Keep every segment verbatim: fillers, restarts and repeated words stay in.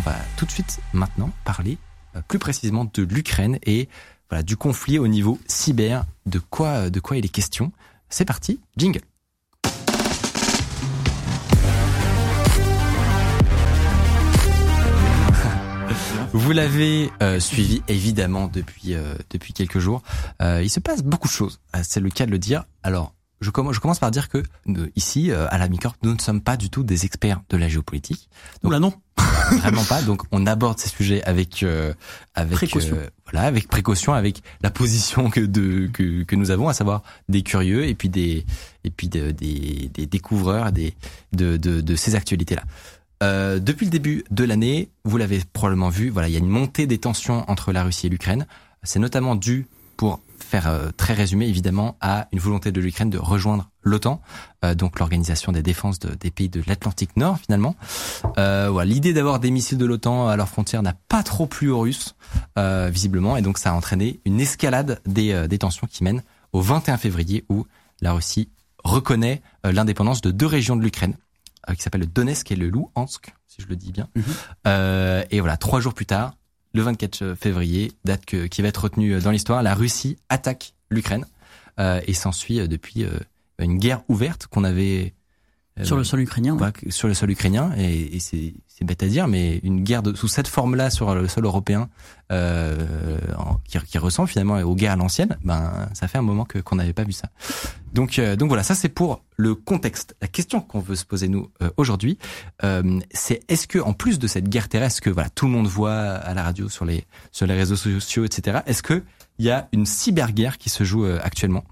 va tout de suite maintenant parler euh, plus précisément de l'Ukraine et voilà, du conflit au niveau cyber, de quoi, de quoi il est question. C'est parti, jingle. Vous l'avez euh, suivi évidemment depuis euh, depuis quelques jours. Euh, il se passe beaucoup de choses, c'est le cas de le dire. Alors, je commence je commence par dire que euh, ici euh, à la Micorp, nous ne sommes pas du tout des experts de la géopolitique. Donc, Oula non, vraiment pas. Donc on aborde ces sujets avec euh, avec précaution. Euh, voilà, avec précaution, avec la position que de que que nous avons, à savoir des curieux et puis des et puis de, des des découvreurs des de de de ces actualités là. Euh, depuis le début de l'année, vous l'avez probablement vu, voilà, il y a une montée des tensions entre la Russie et l'Ukraine. C'est notamment dû, pour faire euh, très résumé, évidemment, à une volonté de l'Ukraine de rejoindre l'OTAN, euh, donc l'organisation des défenses de, des pays de l'Atlantique Nord, finalement. Euh, voilà, l'idée d'avoir des missiles de l'OTAN à leurs frontières n'a pas trop plu aux Russes, euh, visiblement, et donc ça a entraîné une escalade des, euh, des tensions qui mènent au vingt et un février, où la Russie reconnaît euh, l'indépendance de deux régions de l'Ukraine, qui s'appelle le Donetsk et le Louhansk, si je le dis bien. Mmh. Euh, et voilà, trois jours plus tard, le vingt-quatre février, date que, qui va être retenue dans l'histoire, la Russie attaque l'Ukraine euh, et s'ensuit euh, depuis euh, une guerre ouverte qu'on avait euh, sur le sol ukrainien. Ouais, ouais. Sur le sol ukrainien, et, et c'est, c'est bête à dire, mais une guerre de, sous cette forme-là sur le sol européen, euh, en, qui, qui ressemble finalement aux guerres à l'ancienne. Ben, ça fait un moment que qu'on n'avait pas vu ça. Donc, euh, donc voilà, ça c'est pour le contexte. La question qu'on veut se poser nous euh, aujourd'hui, euh, c'est est-ce que en plus de cette guerre terrestre que voilà tout le monde voit à la radio, sur les sur les réseaux sociaux, et cetera, est-ce que il y a une cyberguerre qui se joue euh, actuellement?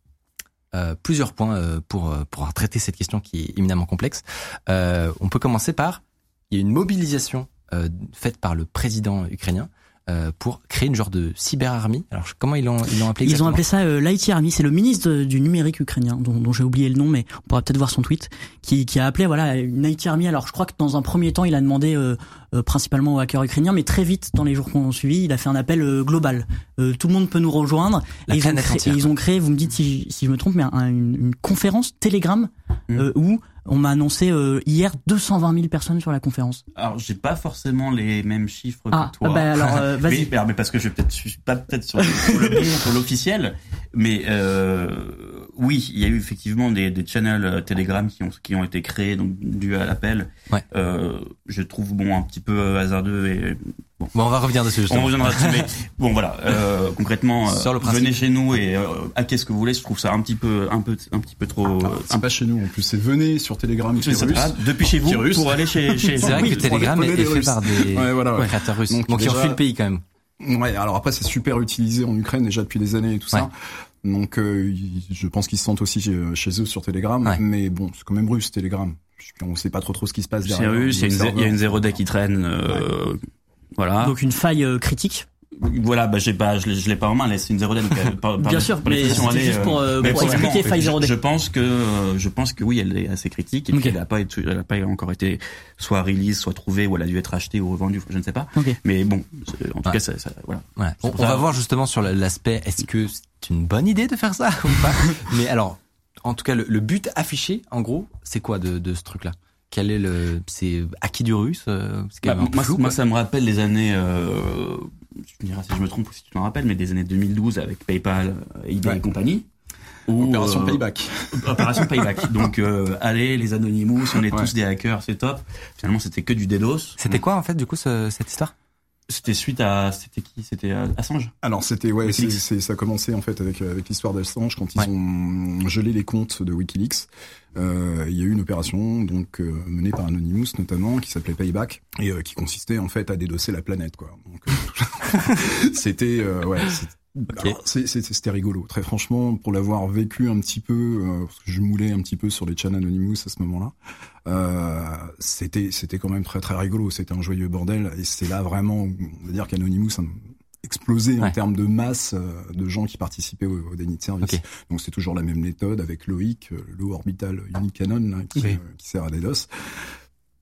Euh, plusieurs points euh, pour pour traiter cette question qui est éminemment complexe. Euh, on peut commencer par il y a une mobilisation euh, faite par le président ukrainien euh, pour créer une genre de cyber-army. Alors comment ils l'ont ils l'ont appelé exactement ? Ils ont appelé ça euh, l'I T Army. C'est le ministre de, du numérique ukrainien dont, dont j'ai oublié le nom, mais on pourra peut-être voir son tweet, qui qui a appelé voilà une I T Army. Alors je crois que dans un premier temps il a demandé euh, euh, principalement aux hackers ukrainiens, mais très vite dans les jours qu'on a suivi, il a fait un appel euh, global. Euh, tout le monde peut nous rejoindre. La et ils, ont créé, entière, et ils ont créé, vous me dites si, si je me trompe, mais un, une, une conférence Telegram mmh. euh, où on m'a annoncé euh, hier deux cent vingt mille personnes sur la conférence. Alors j'ai pas forcément les mêmes chiffres ah, que toi. Ah bah alors euh, vas-y. mais, mais parce que je vais peut-être je suis pas peut-être sur, sur le bon, sur l'officiel, mais euh, oui, il y a eu effectivement des, des channels Telegram qui ont qui ont été créés donc dû à l'appel. Ouais. Euh, je trouve bon un petit peu hasardeux et bon. Bon, on va revenir dessus. Justement. On reviendra dessus. Mais bon voilà, euh, concrètement, euh, venez chez nous et euh, hackez ce que vous voulez. Je trouve ça un petit peu un peu un petit peu trop. Ah, c'est un... pas chez nous en plus, c'est venez sur Telegram qui est russe. Ah, depuis chez vous pour aller chez chez. C'est vrai que Telegram est fait par des ouais, voilà, ouais. créateurs russes, donc, donc qui déjà... ont fui le pays quand même. Ouais, alors après c'est super utilisé en Ukraine déjà depuis des années et tout ouais. ça. Donc euh, je pense qu'ils se sentent aussi chez eux sur Telegram, ouais. mais bon, c'est quand même russe Telegram. On sait pas trop trop ce qui se passe derrière. C'est russe, il y a une, il y a une zéro day qui traîne, euh, ouais. voilà. Donc une faille euh, critique. Voilà, bah j'ai pas, je l'ai, je l'ai pas en main. Là, c'est une zéro day. Donc, euh, par, Bien par, sûr, par mais c'est aller, juste pour, euh, pour expliquer faille zéro day. Je pense que, euh, je pense que oui, elle est assez critique et okay. elle a pas, été, elle a pas encore été soit release, soit trouvée, ou elle a dû être achetée ou revendue, je ne sais pas. Okay. Mais bon, en tout ouais. cas, ça, ça voilà. Ouais. On, on va voir justement sur l'aspect. Est-ce que c'est une bonne idée de faire ça ou pas? Mais alors, en tout cas, le, le but affiché, en gros, c'est quoi de, de ce truc-là? Quel est le, c'est acquis du russe? C'est bah, moi, flou, moi, ça me rappelle les années, euh, tu me diras si je me trompe ou si tu t'en rappelles, mais des années deux mille douze avec PayPal, eBay ouais. et compagnie. Où, Opération euh, Payback. Opération Payback. Donc, euh, allez, les Anonymous, on est ouais. tous des hackers, c'est top. Finalement, c'était que du DDoS. C'était quoi, en fait, du coup, ce, cette histoire? C'était suite à, c'était qui? C'était Assange. Alors c'était ouais, c'est, c'est ça a commencé en fait avec avec l'histoire d'Assange quand ils ouais. ont gelé les comptes de WikiLeaks. Euh, il y a eu une opération donc euh, menée par Anonymous notamment qui s'appelait Payback et euh, qui consistait en fait à dédosser la planète quoi. Donc euh, c'était euh, ouais. C'était, okay. alors, c'est, c'est, c'était rigolo. Très franchement, pour l'avoir vécu un petit peu, euh, parce que je moulais un petit peu sur les channels Anonymous à ce moment-là. Euh, c'était c'était quand même très très rigolo, c'était un joyeux bordel et c'est là vraiment on va dire qu'Anonymous a explosé ouais. en termes de masse euh, de gens qui participaient au, au déni de service. Okay. Donc c'est toujours la même méthode avec Loïc, le Low Orbital Unique Cannon là, qui, oui. euh, qui sert à DDoS.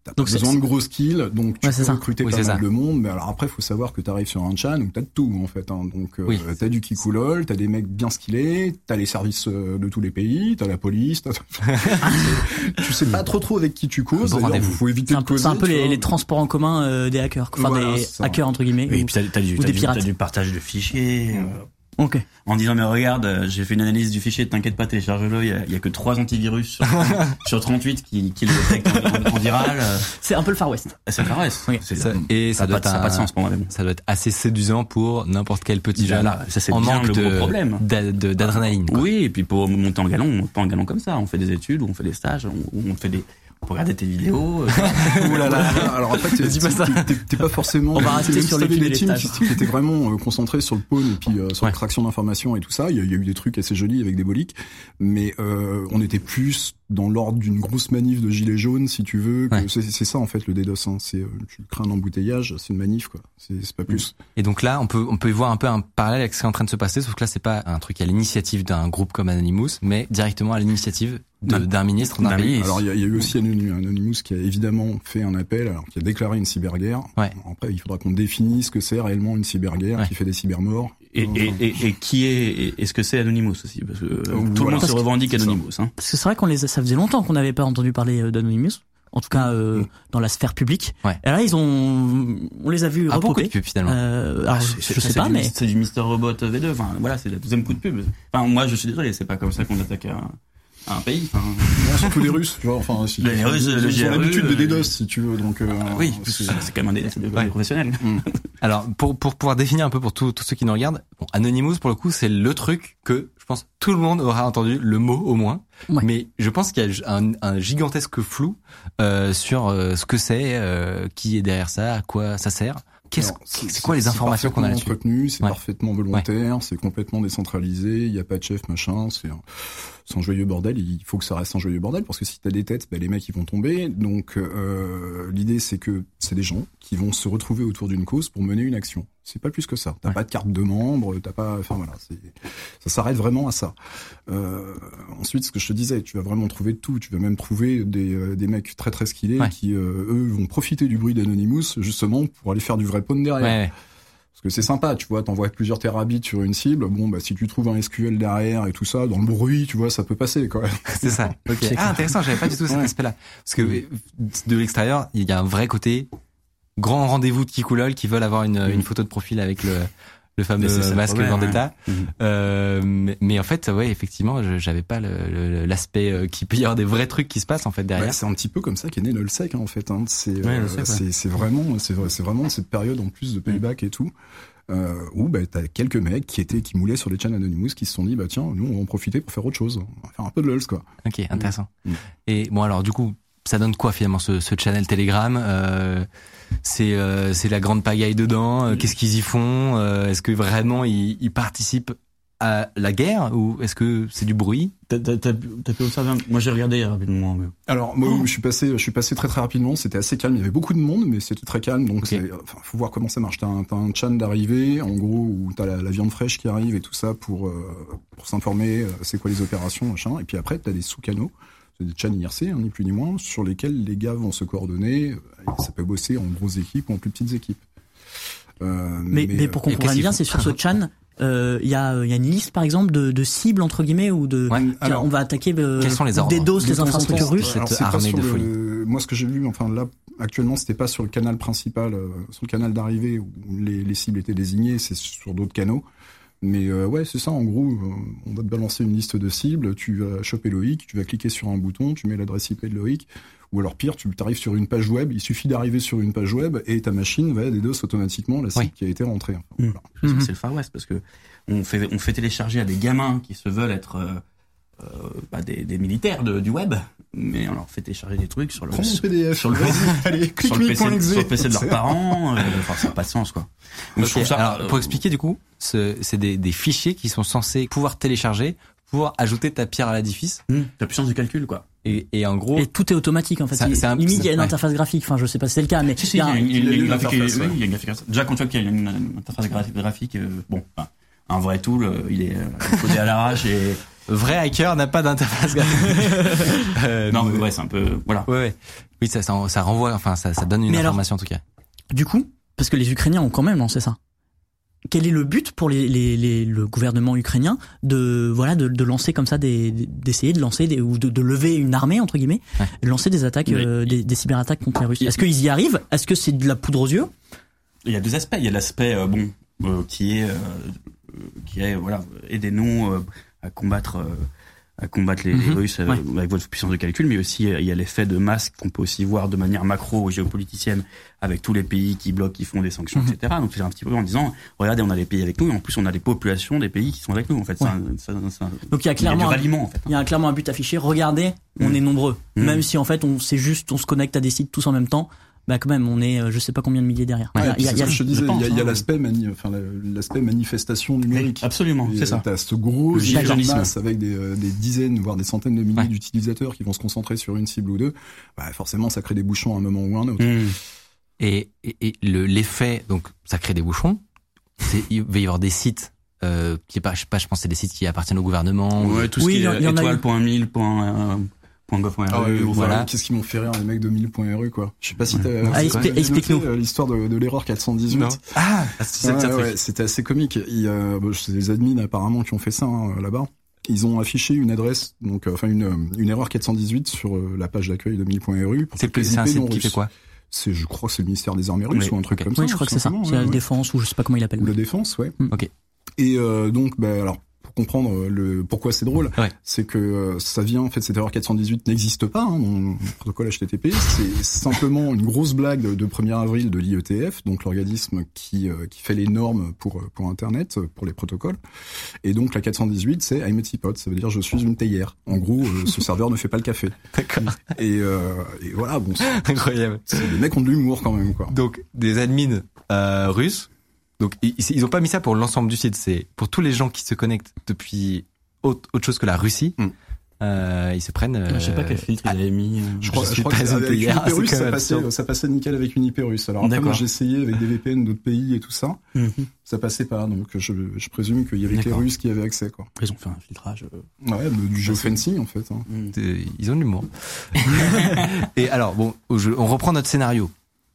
t'as donc pas besoin c'est... de gros skills, donc tu ouais, peux ça. recruter oui, pas mal ça. de monde. Mais alors après, faut savoir que t'arrives sur un chan où t'as de tout en fait. Hein. Donc euh, oui. t'as du Kikulol, t'as des mecs bien skillés, t'as les services de tous les pays, t'as la police. T'as... tu sais pas trop trop avec qui tu causes. Bon D'ailleurs, faut éviter C'est un de peu, causer. c'est un peu les, vois. les transports en commun euh, des hackers, enfin Voilà, des ça. hackers entre guillemets. Oui, et ou- puis t'as, t'as, du, ou t'as, des du, pirates. t'as du partage de fichiers. Euh, Ok. en disant mais regarde, euh, j'ai fait une analyse du fichier, t'inquiète pas, télécharge-le, il y a, il y a que trois antivirus sur, sur trente-huit qui, qui le détectent en, en, en viral. Euh, C'est un peu le Far West. c'est le Far West. Oui. C'est, Ça- et ça, ça, doit n'a pas, être ça a pas de un- sens pour moi. Mais bon. ça doit être assez séduisant pour n'importe quel petit jeune Voilà, ça c'est en bien manque le gros de, problème. d'a- de- d'adrénaline. quoi. Oui, et puis pour monter en galon, on monte pas en galon comme ça. On fait des études, on fait des stages, on, on fait des, on peut regarder tes vidéos. Ouh là là. Alors après, t'es, Dis pas ça. t'es, t'es, t'es pas forcément. On va rester t'es- sur t'avais l'étude et des les teams stages. qui, qui étaient vraiment euh, concentrés sur le pawn et puis euh, sur Ouais. l'extraction d'informations et tout ça. Il y, a, il y a eu des trucs assez jolis avec des boliques, mais euh, on était plus dans l'ordre d'une grosse manif de gilets jaunes, si tu veux. Que Ouais. c'est, c'est ça en fait le DDoS. Hein. C'est, euh, tu crées un embouteillage, c'est une manif quoi. C'est, c'est pas plus. Et donc là, on peut on peut y voir un peu un parallèle avec ce qui est en train de se passer, sauf que là, c'est pas un truc à l'initiative d'un groupe comme Anonymous, mais directement à l'initiative de, D'un- d'un ministre d'un d'un pays. ministre. Alors il y a, il y a eu aussi Anony- Anonymous qui a évidemment fait un appel, alors qui a déclaré une cyberguerre. Ouais. Après, il faudra qu'on définisse ce que c'est réellement une cyberguerre Ouais. qui fait des cybermorts. Et, et, et, et qui est, est-ce que c'est Anonymous aussi? Parce que euh, tout le voilà. monde se Parce que- revendique c'est ça. Anonymous, hein. Parce que c'est vrai qu'on les a, ça faisait longtemps qu'on n'avait pas entendu parler euh, d'Anonymous. En tout cas, euh, Mm. dans la sphère publique. Ouais. Et là, ils ont, on les a vus Ah, pourquoi repoper. de pub finalement Euh, alors, je, je C'est- sais c'est pas, du, mais c'est du Mister Robot V deux. Enfin, voilà, c'est le deuxième coup de pub. Enfin, moi, je suis désolé, c'est pas comme ça qu'on attaque un, un pays. Enfin, Non, surtout les Russes, tu vois. Enfin, si, Les Russes, ils, le ils G R ont U, l'habitude de euh, DDoS, si tu veux. Donc, euh, oui, c'est- c'est quand même un délai, c'est des Ouais. professionnels. Alors, pour pour pouvoir définir un peu pour tous tous ceux qui nous regardent, bon, Anonymous pour le coup, c'est le truc que je pense tout le monde aura entendu le mot au moins. Ouais. Mais je pense qu'il y a un, un gigantesque flou euh, sur euh, ce que c'est, euh, qui est derrière ça, à quoi ça sert. Qu'est-ce, Alors, c'est quoi les informations qu'on a là-dessus? C'est parfaitement entretenu, c'est Ouais. parfaitement volontaire, c'est complètement décentralisé, il n'y a pas de chef, machin, c'est un, c'est un joyeux bordel, il faut que ça reste un joyeux bordel, parce que si t'as des têtes, bah, les mecs ils vont tomber, donc euh, l'idée c'est que c'est des gens qui vont se retrouver autour d'une cause pour mener une action. C'est pas plus que ça. T'as Ouais. pas de carte de membre, t'as pas, enfin voilà, c'est, ça s'arrête vraiment à ça. Euh, ensuite, ce que je te disais, tu vas vraiment trouver de tout. Tu vas même trouver des, euh, des mecs très très skillés Ouais. qui, euh, eux, vont profiter du bruit d'Anonymous justement pour aller faire du vrai pawn derrière. Ouais, ouais. Parce que c'est sympa, tu vois, t'envoies plusieurs terabits sur une cible. Bon, bah si tu trouves un S Q L derrière et tout ça, dans le bruit, tu vois, ça peut passer quand même. C'est ça. Ok. C'est Ah, intéressant. J'avais pas du tout cet Ouais. aspect-là. Parce que euh, de l'extérieur, il y a un vrai côté grand rendez-vous de Kikulol qui veulent avoir une, Mm. une photo de profil avec le, le fameux Mais c'est ça le masque problème, Vendetta. ouais. Mhm. Euh, mais, mais en fait, ouais, effectivement, je- j'avais pas le, le- l'aspect euh, qu'il peut y avoir des vrais trucs qui se passent en fait derrière. Ouais, c'est un petit peu comme ça qu'est né Nullsec, hein, en fait. Hein. C'est, Ouais, euh, Nullsec, ouais. c'est, c'est vraiment, c'est, vrai- c'est vraiment cette période en plus de payback et tout. Euh, où bah, t'as quelques mecs qui étaient qui moulaient sur les channels Anonymous qui se sont dit bah tiens nous on va en profiter pour faire autre chose, on va faire un peu de lulz quoi. Ok, intéressant. Mm. Et bon, alors du coup, ça donne quoi finalement ce, ce channel Telegram? euh, C'est euh, c'est la grande pagaille dedans. euh, Qu'est-ce qu'ils y font? euh, Est-ce que vraiment ils, ils participent à la guerre ou est-ce que c'est du bruit? T'as, t'as, t'as, t'as pu observer un... Moi, j'ai regardé rapidement. Mais... Alors moi je suis passé je suis passé très très rapidement, c'était assez calme, il y avait beaucoup de monde mais c'était très calme donc Ok. c'est, enfin, faut voir comment ça marche. T'as un, t'as un chan d'arrivée en gros où t'as la, la viande fraîche qui arrive et tout ça pour euh, pour s'informer euh, c'est quoi les opérations machin et puis après t'as des sous-canaux. C'est des chans I R C, hein, ni plus ni moins, sur lesquels les gars vont se coordonner. euh, Ça peut bosser en grosses équipes ou en plus petites équipes. Euh, mais, mais pour qu'on et comprenne qu'est-ce bien, qu'ils c'est sur ce chan, euh, il y a, il y a une liste par exemple de, de cibles entre guillemets ou de, Ouais. tiens, Alors, on va attaquer euh, quels sont les ordres des doses, de les temps en infrastructures temps, russes. cette alors, c'est pas armée sur de le- folie. Moi, ce que j'ai vu, enfin là, actuellement, c'était pas sur le canal principal, euh, sur le canal d'arrivée où les, les cibles étaient désignées, c'est sur d'autres canaux. Mais euh, ouais, c'est ça. En gros, euh, on va te balancer une liste de cibles. Tu vas choper Loïc, tu vas cliquer sur un bouton, tu mets l'adresse I P de Loïc. Ou alors pire, tu arrives sur une page web. Il suffit d'arriver sur une page web et ta machine va DDoS automatiquement la cible Oui. qui a été rentrée. Enfin, Mm. voilà. Je pense que Mhm. c'est le Far West parce que on fait, on fait télécharger à des gamins qui se veulent être euh, euh, bah, des, des militaires de, du web, mais on leur fait télécharger des trucs sur le, Prends mon sur, P D F. sur le- Vas-y, allez, le clique P C, mi.exe. sur le P C de leurs parents. euh, Enfin, ça n'a pas de sens, quoi. Moi, je Ok, trouve ça, alors, euh, pour expliquer du coup, ce- c'est des, des fichiers qui sont censés pouvoir télécharger pour ajouter ta pierre à l'édifice. hum, la puissance du calcul, quoi. Et, et en gros, Et tout est automatique en fait. Ça- Il- c'est un- limite, il y a une ouais. interface graphique. Enfin, je sais pas si c'est le cas, mais Si, si, il y a il y a un- une, il y a il y a une une graphique, interface, oui, ouais. il y a une graphique. Déjà, quand tu vois qu'il y a une, une interface graphique, graphique euh, bon, enfin, un vrai tool, euh, il est euh, codé à l'arrache et, vrai hacker n'a pas d'interface euh, non, mais ouais, c'est un peu, voilà. Ouais, ouais. Oui, ça, ça, ça renvoie, enfin, ça, ça donne une mais information alors, en tout cas. Du coup, parce que les Ukrainiens ont quand même lancé ça. Quel est le but pour les, les, les, le gouvernement ukrainien de voilà de, de lancer comme ça des d'essayer de lancer des ou de, de lever une armée entre guillemets, ouais. de lancer des attaques euh, des, des cyberattaques contre les Russes. Est-ce qu'ils y arrivent? Est-ce que c'est de la poudre aux yeux? Il y a deux aspects. Il y a l'aspect euh, bon euh, qui est euh, qui est voilà aidez-nous euh, à combattre euh, à combattre les, mmh. les Russes ouais. euh, avec votre puissance de calcul, mais aussi il y a l'effet de masse qu'on peut aussi voir de manière macro géopoliticienne avec tous les pays qui bloquent, qui font des sanctions, mmh. et cetera. Donc c'est un petit peu en disant, regardez, on a les pays avec nous, et en plus on a les populations des pays qui sont avec nous. En fait, ouais. c'est un, c'est un, donc il y a clairement il y a du ralliement, en fait. Il y a clairement un but affiché. Regardez, mmh. on est nombreux, mmh. même si en fait on c'est juste on se connecte à des sites tous en même temps. Bah quand même, on est, je sais pas combien de milliers derrière. Ouais, il y a, c'est il y a, ce que je te disais, il y a, il y a hein. l'aspect, mani, enfin l'aspect manifestation numérique. Oui, absolument, et c'est ça. T'as ce gros masse avec des, des dizaines, voire des centaines de milliers ouais. d'utilisateurs qui vont se concentrer sur une cible ou deux. Bah forcément, ça crée des bouchons à un moment ou à un autre. Mmh. Et, et, et le l'effet, donc ça crée des bouchons. C'est, il va y avoir des sites. Euh, qui est pas, je sais pas, je pense que c'est des sites qui appartiennent au gouvernement. Ouais, tout ce oui, qui est étoile point mille. Ah ouais, voilà. Qu'est-ce qu'ils m'ont fait rire les mecs de mille point r u quoi. Je sais pas si t'as ah, expli- explique-nous l'histoire de, de l'erreur quatre cent dix-huit. Non. Ah, c'est ouais, ouais, c'était assez comique. Il, euh, bon, c'est les admins apparemment qui ont fait ça hein, là-bas. Ils ont affiché une adresse, donc euh, enfin une une erreur quatre cent dix-huit sur euh, la page d'accueil de mille point r u. C'est que c'est un site qui fait quoi? C'est, je crois que c'est le ministère des Armées russes oui. ou un truc okay. comme ça. Oui, je crois que c'est ça. C'est la ouais. défense ou je sais pas comment il appelle. Ou la défense, ouais. Mm. Ok. Et euh, donc, bah alors. Pour comprendre le pourquoi c'est drôle, ouais. c'est que euh, ça vient en fait cette erreur quatre cent dix-huit n'existe pas hein, dans le protocole H T T P, c'est simplement une grosse blague de, de premier avril de l'I E T F, donc l'organisme qui euh, qui fait les normes pour pour internet, pour les protocoles. Et donc la quatre cent dix-huit c'est I'm a teapot, ça veut dire je suis une théière. En gros, euh, ce serveur ne fait pas le café. D'accord. Et euh, et voilà, bon c'est incroyable. C'est, les mecs ont de l'humour quand même quoi. Donc des admins euh, russes. Donc ils, ils ont pas mis ça pour l'ensemble du site, c'est pour tous les gens qui se connectent depuis autre, autre chose que la Russie. Mm. Euh, ils se prennent. Euh, je sais pas quel filtre ils avaient mis. Je crois, je je crois que avec une I P russe, ça passait, ça passait nickel avec une I P russe. Alors après, moi, j'ai essayé avec des V P N d'autres pays et tout ça. Mm-hmm. Ça passait pas, donc je, je présume qu'il y avait D'accord. que les Russes qui avaient accès, quoi. Ils ont fait un filtrage. Euh... Ouais, mais du geofencing en fait. Hein. Mm. Ils ont de l'humour. Et alors bon, je, on reprend notre scénario.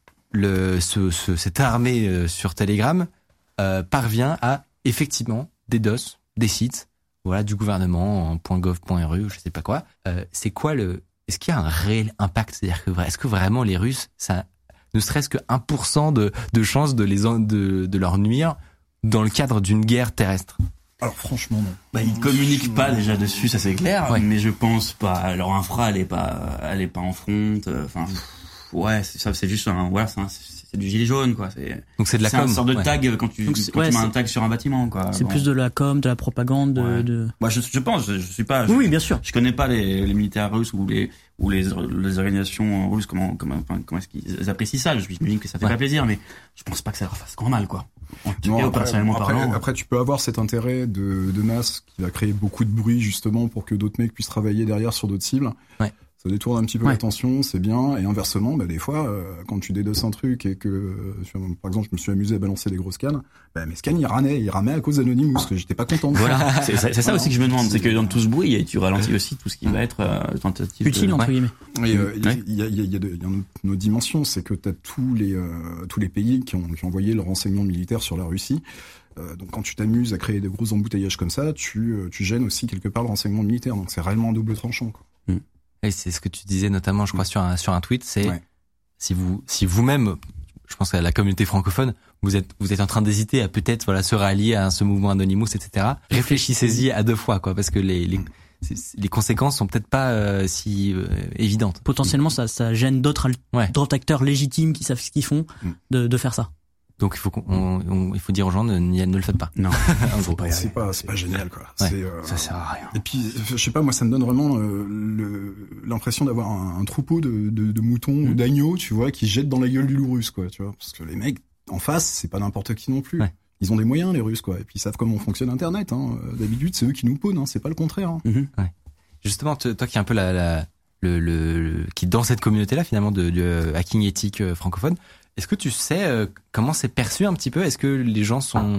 Le, ce, ce, cette armée euh, sur Telegram euh, parvient à effectivement des DOS, des sites, voilà, du gouvernement en .gov point r u, je sais pas quoi. Euh, c'est quoi le Est-ce qu'il y a un réel impact? C'est-à-dire que est-ce que vraiment les Russes, ça ne serait-ce que un pour cent de de chance de les de de leur nuire dans le cadre d'une guerre terrestre? Alors franchement non. Bah ils communiquent pas déjà dessus, ça c'est clair. Ouais. Mais je pense pas. Leur infra, elle est pas, elle est pas en front. Enfin. Euh, Ouais, c'est ça, c'est juste un, voilà, c'est, un, c'est, c'est du gilet jaune, quoi. C'est, donc c'est de la c'est com. C'est une sorte de ouais. tag quand tu, donc, quand ouais, tu mets un tag sur un bâtiment, quoi. C'est bon. plus de la com, de la propagande, de. Ouais. de... Moi, je, je pense, je, je suis pas. Je, oui, bien sûr. Je connais pas les, les militaires russes ou les, ou les, les organisations russes, comment, comment, enfin, comment est-ce qu'ils apprécient ça. Je me dis que ça fait ouais. pas plaisir, mais je pense pas que ça leur fasse grand mal, quoi. En tout non, cas, après, personnellement après, parlant. Après, tu peux avoir cet intérêt de, de masse qui va créer beaucoup de bruit, justement, pour que d'autres mecs puissent travailler derrière sur d'autres cibles. Ouais. Ça détourne un petit peu ouais. l'attention, c'est bien. Et inversement, bah, des fois, euh, quand tu dédosses un truc et que, euh, par exemple, je me suis amusé à balancer des grosses scans, bah, mes scans, ils ramaient, ils ramaient à cause d'Anonymous, parce que j'étais pas content de voilà. ça. c'est, c'est, c'est ça aussi que je me demande, c'est que dans tout ce bruit, tu ralentis aussi tout ce qui va être euh, tentative. Utile, de... entre guillemets. Et euh, il ouais. y, a, il y a, il y a, de, il y a une autre dimension, c'est que t'as tous les, euh, tous les pays qui ont, qui ont envoyé leurs renseignements militaires sur la Russie. Euh, donc quand tu t'amuses à créer des gros embouteillages comme ça, tu, euh, tu gênes aussi quelque part le renseignement militaire. Donc c'est réellement un double tranchant, quoi. Mm. Et c'est ce que tu disais notamment, je crois, sur un, sur un tweet, c'est ouais. si vous, si vous-même, je pense à la communauté francophone, vous êtes, vous êtes en train d'hésiter à peut-être, voilà, se rallier à ce mouvement Anonymous, et cetera. Réfléchissez-y à deux fois, quoi, parce que les, les, les conséquences sont peut-être pas euh, si euh, évidentes. Potentiellement, ça, ça gêne d'autres, ouais. d'autres acteurs légitimes qui savent ce qu'ils font, mm. de, de faire ça. Donc il faut qu'on, on, il faut dire aux gens ne, ne le faites pas. Non, faut pas c'est pas, c'est pas génial quoi. Ouais, c'est, euh, ça sert à rien. Et puis je sais pas, moi ça me donne vraiment euh, le, l'impression d'avoir un, un troupeau de, de, de moutons mmh. ou d'agneaux, tu vois, qui jettent dans la gueule du loup russe quoi, tu vois, parce que les mecs en face c'est pas n'importe qui non plus. Ouais. Ils ont des moyens les Russes quoi, et puis ils savent comment fonctionne Internet. Hein. D'habitude c'est eux qui nous pawnent, hein. C'est pas le contraire. Hein. Mmh. Ouais. Justement, toi qui es un peu la, la le, le, le qui est dans cette communauté là finalement de, de hacking éthique euh, francophone. Est-ce que tu sais euh, comment c'est perçu un petit peu? Est-ce que les gens sont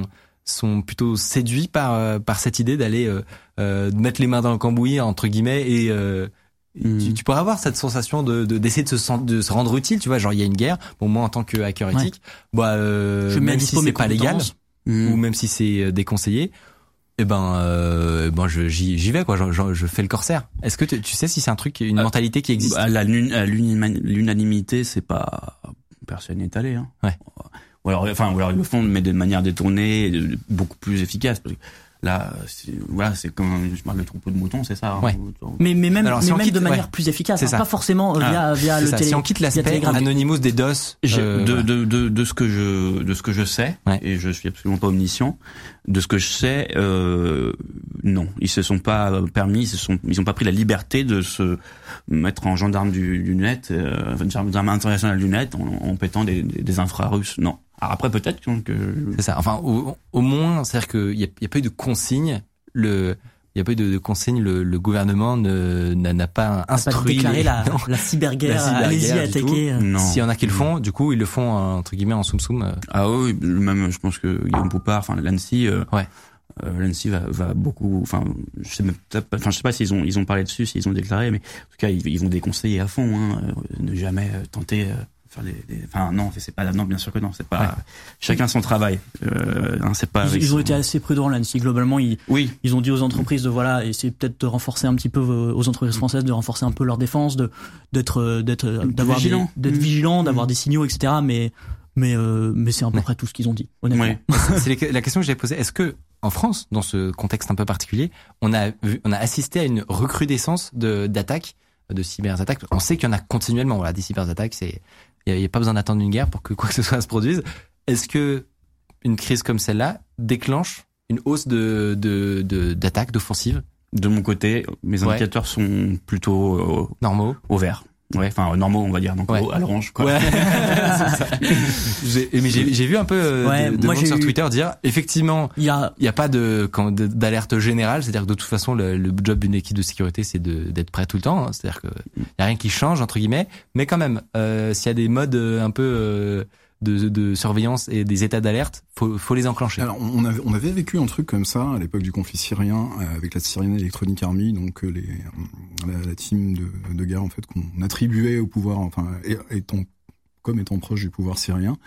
sont plutôt séduits par euh, par cette idée d'aller euh, euh, mettre les mains dans le cambouis entre guillemets et euh, Mmh. Tu, tu pourrais avoir cette sensation de, de d'essayer de se de se rendre utile, tu vois, genre il y a une guerre. Bon, moi en tant que hacker éthique, ouais. bah euh, je même si c'est pas légal mmh. ou même si c'est déconseillé, eh ben euh, ben je j'y, j'y vais quoi. Je, je, je fais le corsaire. Est-ce que tu, tu sais si c'est un truc, une euh, mentalité qui existe? À la l'unanimité, c'est pas personne n'est allé. Hein. Ouais. Ou alors, enfin, ou alors ils le font mais de manière détournée, beaucoup plus efficace. Parce que là, c'est, voilà, c'est comme je parle de troupeau de moutons, c'est ça. Ouais. Hein, mais mais même, Alors, si mais même quitte, de manière ouais. plus efficace, hein, pas forcément ah, via via le ça. télé. Si on quitte l'aspect Anonymous des DOS, euh, de, de de de ce que je de ce que je sais, ouais. et je suis absolument pas omniscient, de ce que je sais, euh, non, ils se sont pas permis, ils se sont, ils ont pas pris la liberté de se mettre en gendarme du, du net, euh, gendarme international du net, en, en pétant des, des, des infras russes, non. Alors après peut-être que c'est ça. Enfin au, au moins c'est-à-dire que il y a, y a pas eu de consigne. Le il y a pas eu de, de consigne. Le, le gouvernement ne n'a, n'a pas instruit. N'a pas déclaré la, la cyberguerre. Allez-y attaquer. S'il y en a qui le font, du coup ils le font entre guillemets en soum soum. Ah oui, même je pense que Guillaume Poupard, enfin l'ANSSI. Euh, ouais. Euh, L'ANSSI va, va beaucoup, enfin, je sais même pas, enfin, je sais pas s'ils ont, ils ont parlé dessus, s'ils ont déclaré, mais en tout cas, ils, ils vont déconseiller à fond, hein, euh, ne jamais tenter. Euh, Des, des, enfin non, c'est pas non, bien sûr que non, c'est pas ouais. chacun son travail. Euh, hein, c'est pas. Ils, ils ont été assez prudents là, si globalement ils oui. ils ont dit aux entreprises de voilà, et c'est peut-être de renforcer un petit peu aux entreprises françaises, de renforcer un peu leur défense, de d'être d'être d'avoir vigilant, des, d'être mmh. vigilant, d'avoir mmh. des signaux, et cetera. Mais mais euh, mais c'est à peu ouais. près tout ce qu'ils ont dit. Honnêtement. Ouais. C'est la question que j'ai posée. Est-ce que en France, dans ce contexte un peu particulier, on a vu, on a assisté à une recrudescence de d'attaques, de cyberattaques. On sait qu'il y en a continuellement. Voilà, des cyberattaques, c'est il n'y a, a pas besoin d'attendre une guerre pour que quoi que ce soit se produise. Est-ce que une crise comme celle-là déclenche une hausse de, de, de d'attaques, d'offensives? De mon côté, mes indicateurs ouais. sont plutôt euh, normaux, au vert. Ouais, enfin normaux, on va dire, donc ouais. au, à l'orange, quoi. Ouais. C'est ça. J'ai, mais j'ai, j'ai vu un peu euh, ouais, de, de moi monde sur eu... Twitter dire effectivement, il y a, il y a pas de, quand, de d'alerte générale, c'est-à-dire que de toute façon le, le job d'une équipe de sécurité c'est de d'être prêt tout le temps, hein. C'est-à-dire que il y a rien qui change entre guillemets, mais quand même, euh, s'il y a des modes un peu euh, de, de surveillance et des états d'alerte, faut, faut les enclencher. Alors, on avait, on avait vécu un truc comme ça à l'époque du conflit syrien avec la Syrian Electronic Army, donc les, la, la team de, de gars en fait qu'on attribuait au pouvoir, enfin étant comme étant proche du pouvoir syrien.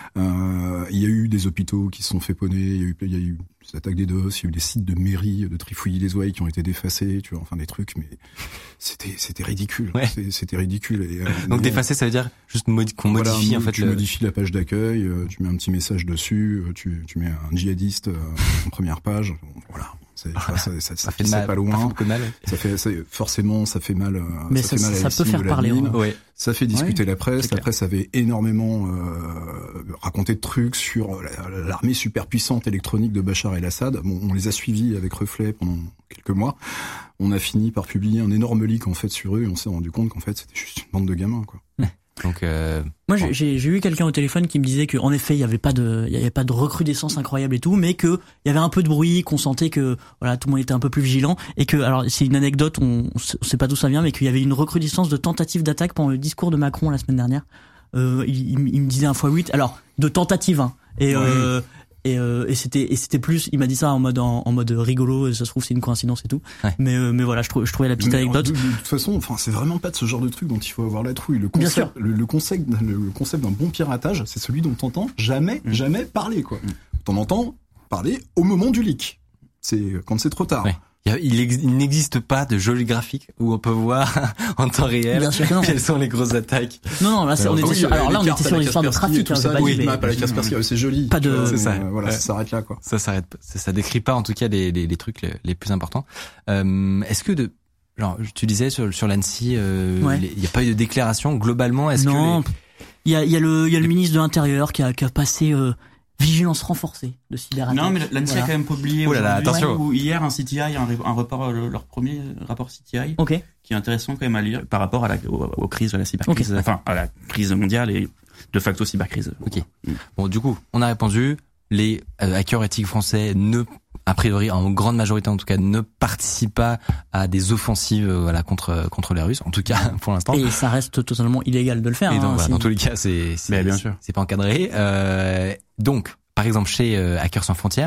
Euh, il y a eu des hôpitaux qui se sont fait ponner, il y a eu, il y a eu des attaques des DOS, il y a eu des sites de mairie de Trifouilly-les-Ouailles qui ont été défacés, tu vois, enfin des trucs, mais c'était c'était ridicule, ouais. c'était, c'était ridicule. Et, euh, donc défacer, ça veut dire juste modi- qu'on voilà, modifie en fait. Tu le... modifies la page d'accueil, euh, tu mets un petit message dessus, euh, tu tu mets un djihadiste euh, en première page, voilà. C'est, voilà. ça, ça, ça, ça fait ça mal, pas loin. Ça mal. Ça fait, ça, forcément, ça fait mal. Euh, mais ça, ça, fait mal ça peut faire parler. Ouais. Ça fait discuter ouais, la presse. La presse avait énormément euh, raconté de trucs sur la, l'armée super puissante électronique de Bachar el-Assad. Bon, on les a suivis avec reflet pendant quelques mois. On a fini par publier un énorme leak en fait sur eux et on s'est rendu compte qu'en fait c'était juste une bande de gamins, quoi. Ouais. Donc euh, moi j'ai, j'ai, j'ai eu quelqu'un au téléphone qui me disait que en effet il y avait pas de il y avait pas de recrudescence incroyable et tout, mais que il y avait un peu de bruit, qu'on sentait que voilà tout le monde était un peu plus vigilant et que alors c'est une anecdote, on, on sait pas d'où ça vient, mais qu'il y avait une recrudescence de tentatives d'attaque pendant le discours de Macron la semaine dernière. Euh, il, il, il me disait un fois huit, alors de tentatives hein, et ouais. euh, Et, euh, et c'était et c'était plus, il m'a dit ça en mode en, en mode rigolo, et ça se trouve c'est une coïncidence et tout. Ouais. Mais euh, mais voilà, je, trou, je trouvais la petite mais anecdote. De, de, de toute façon, enfin c'est vraiment pas de ce genre de truc dont il faut avoir la trouille. Le concept, le, le concept, le concept d'un bon piratage, c'est celui dont t'entends jamais, mmh. jamais parler quoi. Mmh. T'en entends parler au moment du leak. C'est quand c'est trop tard. Ouais. Il, ex- il n'existe pas de joli graphique où on peut voir en temps réel quelles sont les grosses attaques. Non, non, là, c'est, on était oui, sur, alors là, on était sur l'histoire de trafic, hein, ça, pas oui, dit, map à la Kaspersky, c'est joli. Pas de, vois, c'est ça. Euh, voilà, ouais. ça s'arrête là, quoi. Ça s'arrête, ça, ça décrit pas, en tout cas, les, les, les trucs les, les plus importants. Euh, est-ce que de, genre, tu disais sur, sur l'ANSSI, euh, ouais. il y a pas eu de déclaration, globalement, est-ce non. que les... il y a, il y a le, il y a le ministre de l'Intérieur qui a, qui a passé, euh, vigilance renforcée de cyberattaque. Non, mais l'ANSSI voilà. a quand même publié oh là là, attention. Ou hier un C T I, un, un report, leur premier rapport C T I, okay. qui est intéressant quand même à lire par rapport à la, aux, aux crises de la cybercrise, okay. enfin à la crise mondiale et de facto cybercrise. Ok. Mm. Bon, du coup, on a répondu. Les euh, hackers éthiques français ne, a priori, en grande majorité en tout cas, ne participent pas à des offensives, euh, voilà, contre contre les Russes. En tout cas, pour l'instant. Et ça reste totalement illégal de le faire. Et donc, hein, voilà, si... dans tous les cas, c'est c'est, bien c'est, sûr. c'est pas encadré. Euh, donc, par exemple, chez euh, Hackers sans frontières,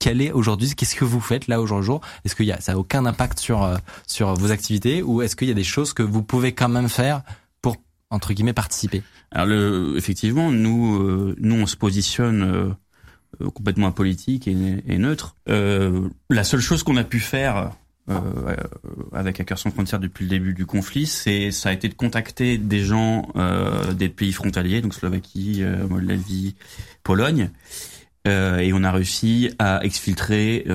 quel est aujourd'hui, qu'est-ce que vous faites là au jour le jour? Est-ce qu'il y a, ça a aucun impact sur, euh, sur vos activités, ou est-ce qu'il y a des choses que vous pouvez quand même faire pour, entre guillemets, participer? Alors, le, effectivement, nous, euh, nous, on se positionne euh, complètement apolitique et, et neutre. Euh, la seule chose qu'on a pu faire euh, avec Hackers Sans Frontières depuis le début du conflit, c'est, ça a été de contacter des gens euh, des pays frontaliers, donc Slovaquie, euh, Moldavie, Pologne. Euh, et on a réussi à exfiltrer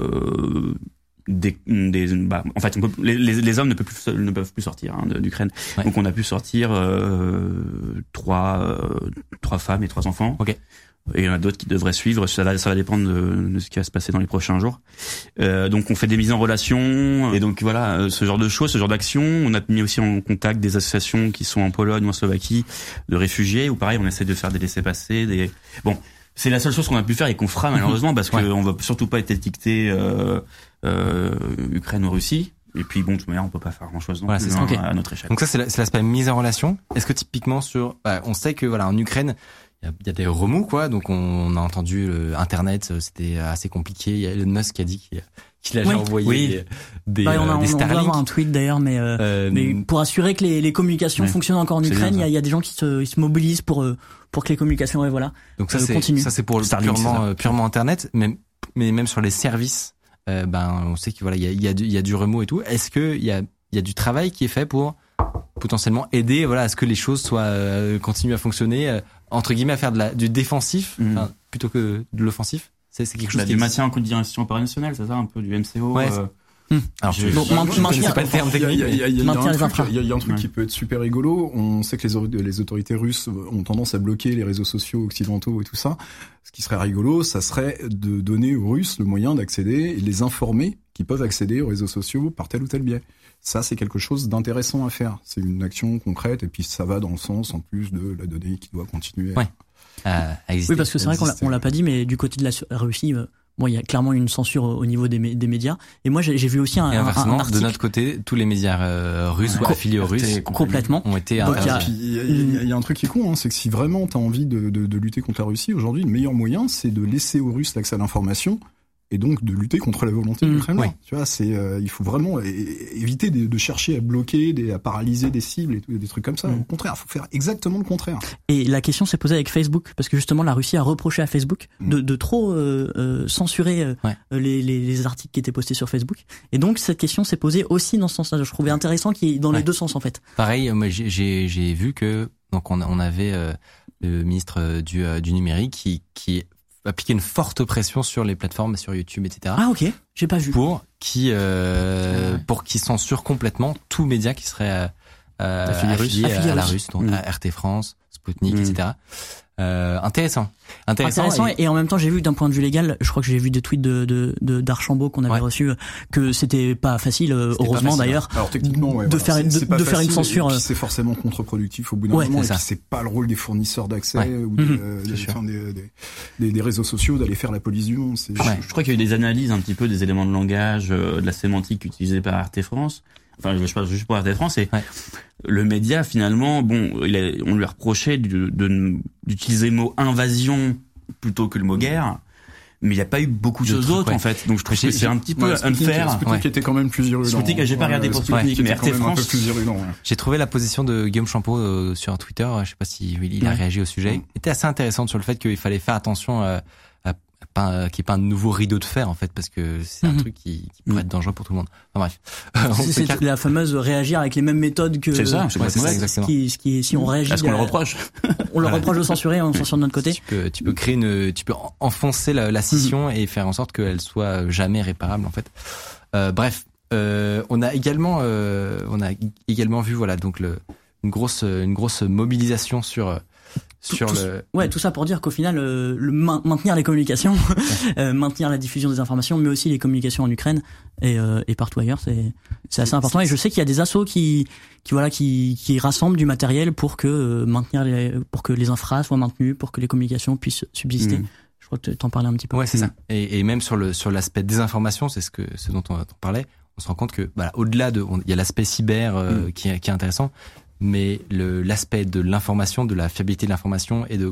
euh, des, des bah, en fait on peut, les, les hommes ne peuvent plus ne peuvent plus sortir hein, d'Ukraine. Ouais. Donc on a pu sortir euh, trois euh, trois femmes et trois enfants. Ok. Et il y en a d'autres qui devraient suivre. Ça va, ça va dépendre de, de ce qui va se passer dans les prochains jours. Euh, donc on fait des mises en relation et donc voilà, ce genre de choses, ce genre d'actions. On a mis aussi en contact des associations qui sont en Pologne ou en Slovaquie de réfugiés. Ou pareil, on essaie de faire des laissez-passer. Des bon. C'est la seule chose qu'on a pu faire et qu'on fera malheureusement parce ouais. qu'on va surtout pas être étiqueté euh, euh, Ukraine ou Russie. Et puis bon, de toute manière, on peut pas faire grand chose non voilà, plus c'est ça, hein, okay. à notre échelle. Donc ça, c'est, la, c'est l'aspect mise en relation. Est-ce que typiquement sur, bah, on sait que voilà, en Ukraine, il y a, y a des remous quoi. Donc on, on a entendu le Internet, c'était assez compliqué. Il y a Elon Musk qui a dit qu'il, qu'il avait oui. envoyé oui. des, des, bah, on a, euh, des Starlink. On doit avoir un tweet d'ailleurs, mais, euh, euh, mais pour assurer que les, les communications ouais. fonctionnent encore en Ukraine, il y a, y a des gens qui se, ils se mobilisent pour euh, pour que les communications, ouais, voilà. Donc ça, euh, c'est continuent. ça, c'est pour le Starlink, purement c'est euh, purement Internet, mais mais même sur les services, euh, ben on sait que voilà, il y a il y a du il y a du remous et tout. Est-ce que il y a il y a du travail qui est fait pour potentiellement aider voilà à ce que les choses soient euh, continuent à fonctionner euh, entre guillemets à faire de la du défensif mmh. enfin, plutôt que de l'offensif? C'est, c'est quelque chose bah, qui du maintien en coordination opérationnelle, c'est ça, un peu du M C O. Ouais. Euh... Hum. Alors, je, donc, je, je, je maintenir, pas le terme technique. Il y a, il y a, il y a un truc, il y a, il y a un truc ouais. qui peut être super rigolo. On sait que les, les autorités russes ont tendance à bloquer les réseaux sociaux occidentaux et tout ça. Ce qui serait rigolo, ça serait de donner aux Russes le moyen d'accéder et les informer qu'ils peuvent accéder aux réseaux sociaux par tel ou tel biais. Ça, c'est quelque chose d'intéressant à faire. C'est une action concrète et puis ça va dans le sens, en plus, de la donnée qui doit continuer ouais. à, à exister. Oui, parce que c'est vrai qu'on l'a, on l'a pas dit, mais du côté de la Russie, euh, bon, il y a clairement une censure au niveau des, des médias. Et moi, j'ai, j'ai vu aussi un, et inversement, un article. De notre côté, tous les médias euh, russes ouais. ou affiliés aux Russes complètement ont été interdits. Il y, a, y a un truc qui est con, hein, c'est que si vraiment t'as envie de, de, de lutter contre la Russie, aujourd'hui, le meilleur moyen, c'est de laisser aux Russes l'accès à l'information. Et donc de lutter contre la volonté mmh, du Kremlin. Ouais. Tu vois, c'est euh, il faut vraiment é- éviter de, de chercher à bloquer, des, à paralyser des cibles et tout, des trucs comme ça. Mmh. Au contraire, il faut faire exactement le contraire. Et la question s'est posée avec Facebook parce que justement la Russie a reproché à Facebook mmh. de, de trop euh, euh, censurer euh, ouais. les, les, les articles qui étaient postés sur Facebook. Et donc cette question s'est posée aussi dans ce sens-là. Je trouvais intéressant qu'il y ait dans ouais. les deux sens en fait. Pareil, moi j'ai j'ai, j'ai vu que donc on, on avait euh, le ministre du euh, du numérique qui qui appliquer une forte pression sur les plateformes, sur YouTube, et cetera. Ah ok, j'ai pas vu. Pour qui, euh, ouais. pour qui censure complètement tout média qui serait euh, affilié, affilié, affilié à, à la Russe, donc mmh. à R T France, Sputnik, mmh. et cetera. Euh, intéressant, intéressant. Intéressant et... et en même temps j'ai vu d'un point de vue légal, je crois que j'ai vu des tweets de de, de d'Archambault qu'on avait ouais. reçus que c'était pas facile, c'était heureusement pas facile, d'ailleurs. Alors techniquement, ouais, de voilà. faire c'est, de, c'est de faire une censure. Et puis c'est forcément contre-productif au bout d'un ouais, moment. C'est et ça. puis c'est pas le rôle des fournisseurs d'accès ouais. ou mmh, des, euh, des, enfin, des, des, des, des réseaux sociaux d'aller faire la police du monde. C'est... Ouais. Je crois qu'il y a eu des analyses un petit peu des éléments de langage, euh, de la sémantique utilisée par R T France. Enfin, je parle juste pour R T France. Et ouais. le média, finalement, bon, il a, on lui a reproché de, de, d'utiliser le mot invasion plutôt que le mot guerre. Mais il n'y a pas eu beaucoup de choses d'autres, ouais. en fait. Donc je trouve que c'est un petit peu ouais, unfair. Sputnik ouais. était quand même plus virulent. Sputnik, j'ai pas regardé pour Sputnik, mais R T France. Un peu plus virulent, ouais. J'ai trouvé la position de Guillaume Champeau euh, sur Twitter, je sais pas si il a ouais. réagi au sujet, ouais. était assez intéressante sur le fait qu'il fallait faire attention euh, à pas qu'il n'y ait pas un nouveau rideau de fer en fait, parce que c'est un mm-hmm. truc qui, qui pourrait être dangereux pour tout le monde. Enfin bref. c'est, c'est car... la fameuse réagir avec les mêmes méthodes que. C'est ça, c'est, ouais, c'est ça exactement. Ce qui, ce qui, si on réagit. Est-ce qu'on le reproche? On le reproche de censurer, on censure de notre côté. Tu peux, tu peux créer une, tu peux enfoncer la, la scission mm-hmm. et faire en sorte qu'elle soit jamais réparable en fait. Euh, bref, euh, on a également, euh, on a également vu voilà donc le, une grosse, une grosse mobilisation sur. Sur tout, le... Ouais, tout ça pour dire qu'au final, euh, le maintenir les communications, euh, maintenir la diffusion des informations, mais aussi les communications en Ukraine et, euh, et partout ailleurs, c'est, c'est assez important. Et je sais qu'il y a des assos qui, qui voilà, qui, qui rassemblent du matériel pour que euh, maintenir les, pour que les infras soient maintenues, pour que les communications puissent subsister. Mmh. Je crois que t'en parlais un petit peu. Ouais, c'est mmh. ça. Et, et même sur le sur l'aspect désinformation, c'est ce que ce dont on, on parlait. On se rend compte que, voilà, au-delà de, il y a l'aspect cyber euh, mmh. qui, qui est intéressant. Mais le, l'aspect de l'information, de la fiabilité de l'information et de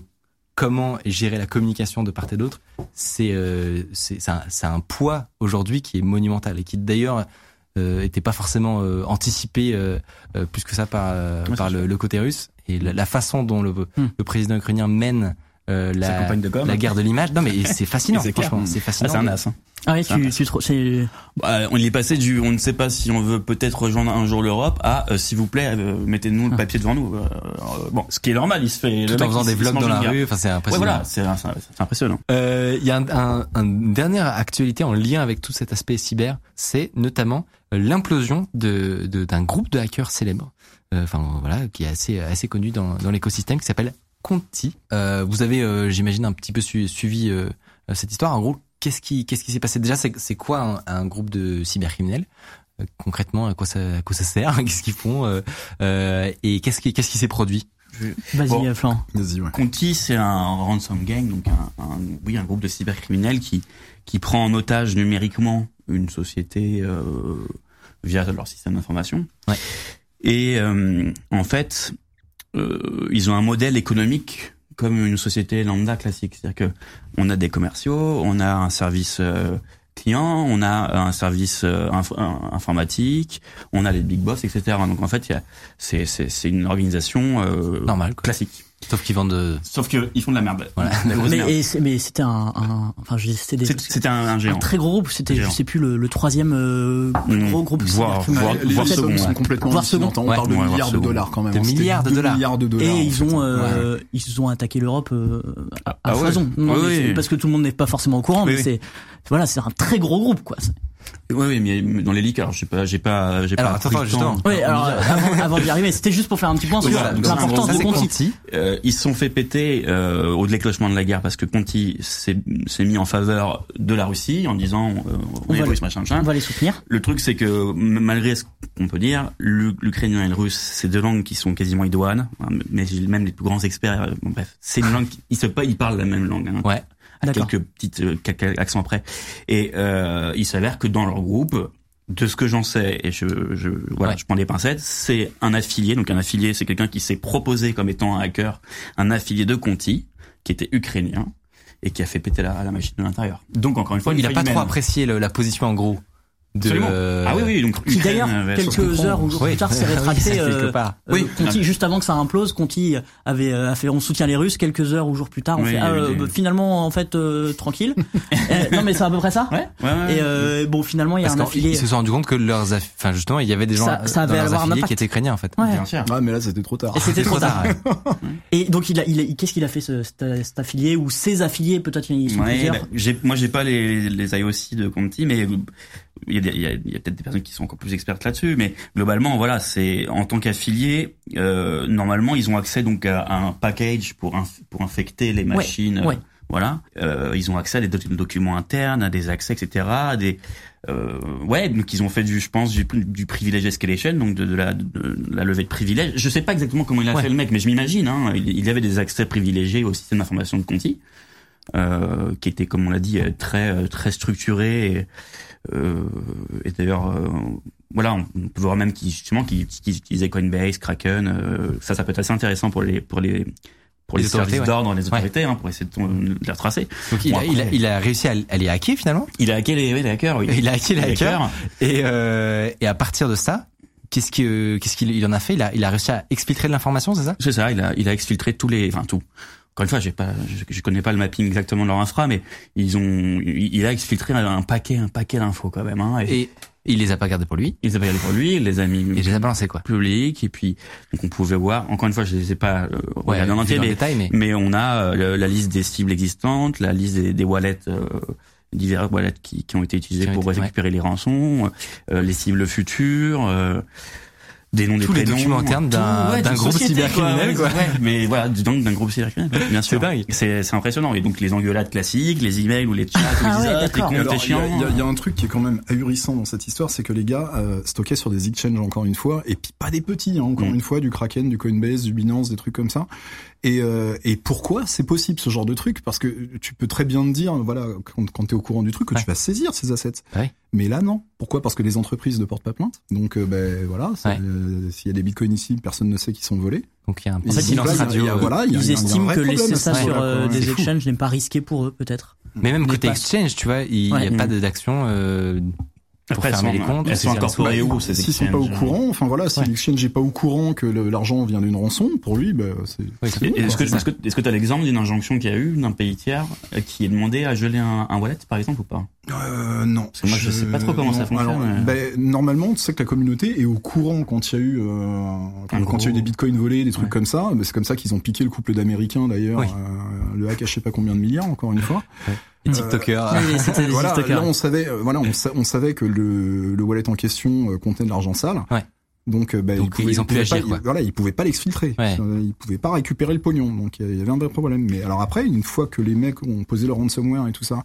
comment gérer la communication de part et d'autre, c'est euh, c'est c'est un, c'est un poids aujourd'hui qui est monumental et qui d'ailleurs euh, était pas forcément euh, anticipé euh, euh, plus que ça par euh, ouais, par le, le côté russe et la, la façon dont le, hmm. le président ukrainien mène euh, la campagne de com, la guerre de l'image. Non mais c'est fascinant, c'est franchement, c'est fascinant. Ah, c'est un as. Hein. Ah oui, tu, tu trouves, c'est... Bah, on est passé du, on ne sait pas si on veut peut-être rejoindre un jour l'Europe à, euh, s'il vous plaît, euh, mettez-nous le papier devant nous. Euh, euh, bon, ce qui est normal, il se fait. Tout le en faisant des vlogs dans la rue, enfin c'est impressionnant. Ouais, voilà, c'est, c'est, c'est impressionnant. Euh, il y a un, un, un, une dernière actualité en lien avec tout cet aspect cyber, c'est notamment l'implosion de, de d'un groupe de hackers célèbres, euh, enfin voilà, qui est assez assez connu dans, dans l'écosystème, qui s'appelle Conti. Euh, vous avez, euh, j'imagine, un petit peu su, suivi euh, cette histoire. En gros, qu'est-ce qui, qu'est-ce qui s'est passé déjà? C'est, c'est quoi un, un groupe de cybercriminels? Euh, concrètement, à quoi ça, à quoi ça sert? Qu'est-ce qu'ils font? euh, euh, Et qu'est-ce qui, qu'est-ce qui s'est produit? Vas-y, bon, Florent. Vas-y, ouais. Conti, c'est un ransom gang, donc un, un, oui, un groupe de cybercriminels qui qui prend en otage numériquement une société euh, via leur système d'information. Ouais. Et euh, en fait, euh, ils ont un modèle économique comme une société lambda classique, c'est-à-dire que on a des commerciaux, on a un service euh, client, on a un service euh, inf- informatique, on a les big boss, et cetera. Donc en fait, il y a, c'est c'est c'est une organisation euh, normale, classique. Sauf qu'ils vendent de... Sauf que ils font de la merde. Voilà. La grosse mais, merde. et c'est, mais c'était un, un enfin je c'était des, c'était un, un géant. Un très gros groupe, c'était Géant. je sais plus le, le troisième euh, plus gros groupe. Voire, voire, les voire les second, sont ouais. complètement Voire hallucinantes. second. On Ouais. parle de Ouais, milliards voire de second. dollars quand même. De C'était milliards de deux dollars. milliards de dollars. Et en ils fait. ont euh, Ouais. ils ont attaqué l'Europe euh, à, à Ah ouais. foison. Non, Oui, mais c'est oui. parce que tout le monde n'est pas forcément au courant, Oui, mais oui. c'est voilà, c'est un très gros groupe quoi. Oui, oui, mais dans les leaks, alors j'ai pas, j'ai pas, j'ai Alors, pas. attends, pris le justement. temps. Oui, alors avant, avant d'y arriver, c'était juste pour faire un petit point sur Oui, voilà. Donc, l'importance ça, de c'est Conti. Conti. Euh, ils se sont fait péter euh, au déclenchement de la guerre parce que Conti s'est, s'est mis en faveur de la Russie en disant euh, On les va Russes les- machin machin. On va les soutenir. Le truc c'est que m- malgré ce qu'on peut dire, le- l'ukrainien et le russe, c'est deux langues qui sont quasiment idoines. Mais même les plus grands experts, euh, bon, bref, c'est une langue, qui, ils se pas, ils parlent la même langue. Hein. Ouais. À D'accord. quelques petites euh, quelques accents près. Et euh, il s'avère que dans leur groupe, de ce que j'en sais, et je, je voilà, Ouais. je prends des pincettes, c'est un affilié. Donc un affilié, c'est quelqu'un qui s'est proposé comme étant un hacker, un affilié de Conti, qui était ukrainien et qui a fait péter la, la machine de l'intérieur. Donc encore une fois, Il a une pas faille trop humaine. apprécié le, la position en gros de. Absolument. euh, Ah oui, oui. Donc Qui d'ailleurs Ukraine, euh, quelques ça se comprend. heures ou jours Oui. plus tard s'est Oui, rétracté. c'est quelque euh, part. euh, Oui. Conti, Ah. juste avant que ça implose, Conti avait euh, a fait on soutient les Russes. Quelques heures ou jours plus tard, on Oui, fait il y a ah, eu euh, des- bah, finalement en fait euh, tranquille. Euh, non mais c'est à peu près ça. Ouais, ouais, ouais. Et euh, bon finalement il y a Parce un qu'ils affilié. se sont rendu compte que leurs, aff- enfin justement, il y avait des gens Ça- ça dans avait leurs avoir un affiliés impact. qui étaient ukrainiens en fait. Ouais. Bien sûr. Ah, mais là, c'était trop tard. Et c'était trop tard. ouais. Et donc il a, il a qu'est-ce qu'il a fait ce, cet, cet affilié ou ses affiliés peut-être ils sont Ouais, plusieurs. bah, j'ai, moi, j'ai pas les, les I O C de Conti, mais il y a, des- il y a, il y a peut-être des personnes qui sont encore plus expertes là-dessus. Mais globalement, voilà, c'est en tant qu'affilié, euh, normalement, ils ont accès donc à, à un package pour inf- pour infecter les machines. ouais. Voilà, euh, ils ont accès à des doc- documents internes, à des accès, et cetera. À des euh, ouais, donc ils ont fait du, je pense, du, du privilege escalation, donc de, de, la, de la levée de privilèges. Je sais pas exactement comment il a Ouais. fait le mec, mais je m'imagine. Hein, il, il y avait des accès privilégiés au système d'information de Conti. Euh, qui était, comme on l'a dit, euh, très très structuré et, euh, et d'ailleurs, euh, voilà, on peut voir même qu'ils justement qu'ils qu'ils utilisaient Coinbase, Kraken. Euh, ça, ça peut être assez intéressant pour les pour les pour les, Les autorités, services ouais. d'ordre, les autorités, hein, pour essayer de, de les retracer. Donc il, Bon, a, il, a, après- il a réussi à, à les hacker finalement. Il a hacké les, oui, les hackers, oui. Il a hacké les Les hackers. Et, euh, et à partir de ça, qu'est-ce que qu'est-ce qu'il il en a fait? Il a il a réussi à exfiltrer de l'information, c'est ça? C'est ça, il a, il a exfiltré tous les, enfin tout. Encore une fois, j'ai pas, je, je connais pas le mapping exactement de leur infra, mais ils ont, il, il a exfiltré un paquet, un paquet d'infos quand même, hein. Et, Et il les a pas gardés pour lui. ils avaient regardé pour lui, il les a mis Et il les a balancés quoi. publics, et puis donc on pouvait voir. Encore une fois, je les ai pas euh, Ouais, regardés en vu entier, dans le mais, détail, mais mais on a euh, le- la liste des cibles existantes, la liste des, des wallets. Euh, divers wallets qui, qui ont été utilisés Qui ont pour été- récupérer les rançons, euh, les cibles futures, euh, des noms des tous les prénoms, documents internes d'un tout, ouais, d'un d'une groupe société, cybercriminel quoi. Ouais, mais voilà, donc d'un groupe cybercriminel, ouais, bien sûr. C'est dingue. C'est c'est impressionnant. Et donc les engueulades classiques, les emails ou les chats, ou Ah les ouais, autres, les d'accord. comptes, Alors, les il y, a- chiants. il y a- il y a un truc qui est quand même ahurissant dans cette histoire, c'est que les gars euh, stockaient sur des exchanges encore une fois, et puis pas des petits, hein, encore Mm. une fois, du Kraken, du Coinbase, du Binance, des trucs comme ça. Et, euh, et pourquoi c'est possible ce genre de truc? Parce que tu peux très bien te dire, voilà, quand, quand t'es au courant du truc, que Ouais. tu vas saisir ces assets. Ouais. Mais là, non. Pourquoi? Parce que les entreprises ne portent pas plainte. Donc, euh, ben voilà, c'est- Ouais. euh, s'il y a des bitcoins ici, personne ne sait qu'ils sont volés. Donc il y a un En fait, silence ils- radio. il y a- voilà, il y a- Ils il y a un estiment vrai que problème laisser à ça ce sur niveau-là, euh, quoi. des C'est fou. exchanges n'est pas risqué pour eux, peut-être. Mais même Les côté passes. exchange, tu vois, il n'y Ouais. a pas de- d'action euh, pour Après, elles fermer sont- les comptes. elles sont c'est- incorporées où, Bah, ces S'ils sont pas au exchanges courant, enfin voilà, si Ouais. l'exchange est pas au courant que le- l'argent vient d'une rançon, pour lui, bah, c'est. Oui, c'est et- bon, Et Est-ce quoi. que est-ce que est-ce que t'as l'exemple d'une injonction qu'il y a eu d'un pays tiers euh, qui est demandé à geler un, un wallet par exemple ou pas? Euh, non. Parce que moi, je sais pas trop comment ça fonctionne, Alors, mais- ben, normalement, tu sais que la communauté est au courant quand il y a eu, euh, quand, Un quand il y a eu gros- des bitcoins volés, des trucs Ouais. comme ça. Mais c'est comme ça qu'ils ont piqué le couple d'Américains d'ailleurs. Oui. Euh, le hack à je sais pas combien de milliards, encore une fois. Les TikTokers. Oui, c'était des Voilà, TikTokers. là on savait, euh, voilà, on, sa- on savait que le, le wallet en question euh, contenait de l'argent sale. Ouais. Donc, euh, bah, Donc, ils, pouvaient, ils ont pu pouvaient agir, pas, quoi. ils- voilà, ils pouvaient pas l'exfiltrer. Ouais. Euh, Ils pouvaient pas récupérer le pognon. Donc, il y avait un vrai problème. Mais alors après, une fois que les mecs ont posé leur ransomware et tout ça,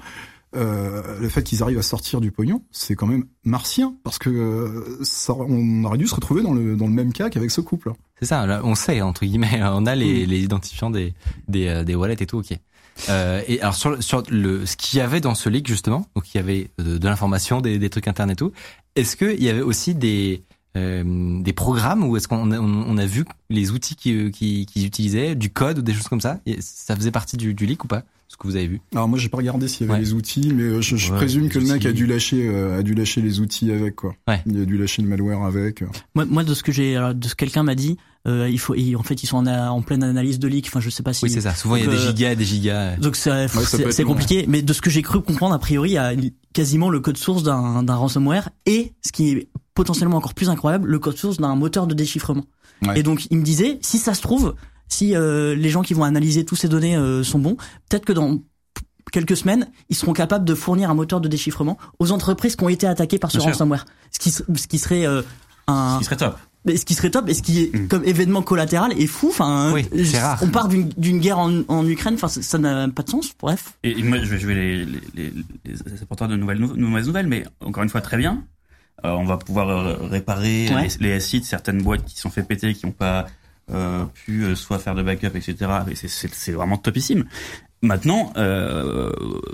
euh, le fait qu'ils arrivent à sortir du pognon, c'est quand même martien, parce que euh, ça, on aurait dû se retrouver dans le dans le même cas qu'avec ce couple. C'est ça, là, on sait, entre guillemets, on a les, les identifiants des, des, euh, des wallets et tout, ok. Euh, et alors sur, sur le, ce qu'il y avait dans ce leak justement, donc il y avait de, de l'information, des, des trucs internes et tout. Est-ce qu'il y avait aussi des, euh, des programmes ou est-ce qu'on a, on, on a vu les outils qu'ils qui, qui utilisaient, du code ou des choses comme ça? Et ça faisait partie du, du leak ou pas? Ce que vous avez vu? Alors moi j'ai pas regardé s'il y avait Ouais. les outils, mais euh, je, je Ouais, présume les que le mec outils. a dû lâcher euh, a dû lâcher les outils avec quoi. Ouais. Il a dû lâcher le malware avec. Moi, moi, de ce que j'ai, alors, de ce que quelqu'un m'a dit, euh, il faut, et en fait, ils sont en, en pleine analyse de leak. Enfin, je sais pas si. Oui, c'est ça. Souvent, il y a Donc, des euh, gigas et des gigas. Donc c'est ça c'est- peut être c'est long, compliqué, mais de ce que j'ai cru comprendre, a priori, il y a quasiment le code source d'un d'un ransomware et ce qui est potentiellement encore plus incroyable, le code source d'un moteur de déchiffrement. Ouais. Et donc il me disait, si ça se trouve, si euh, les gens qui vont analyser toutes ces données euh, sont bons, peut-être que dans quelques semaines, ils seront capables de fournir un moteur de déchiffrement aux entreprises qui ont été attaquées par ce Bien sûr. ransomware. Ce qui, ce qui serait euh, un, Ce qui serait top. mais ce qui serait top et ce qui est Mm. comme événement collatéral est fou. Enfin, Oui, euh, c'est rare. on part d'une d'une guerre en, en Ukraine. Enfin, ça ça n'a pas de sens. Bref. Et, et moi, je vais jouer les, les, les, les apporteurs de nouvelles, nou- mauvaises nouvelles, mais encore une fois, très bien. Euh, on va pouvoir euh, réparer Ouais. les, les S I de certaines boîtes qui sont fait péter, qui n'ont pas euh, pu euh, soit faire de backup, et cetera. Et c'est, c'est, c'est vraiment topissime. Maintenant, euh,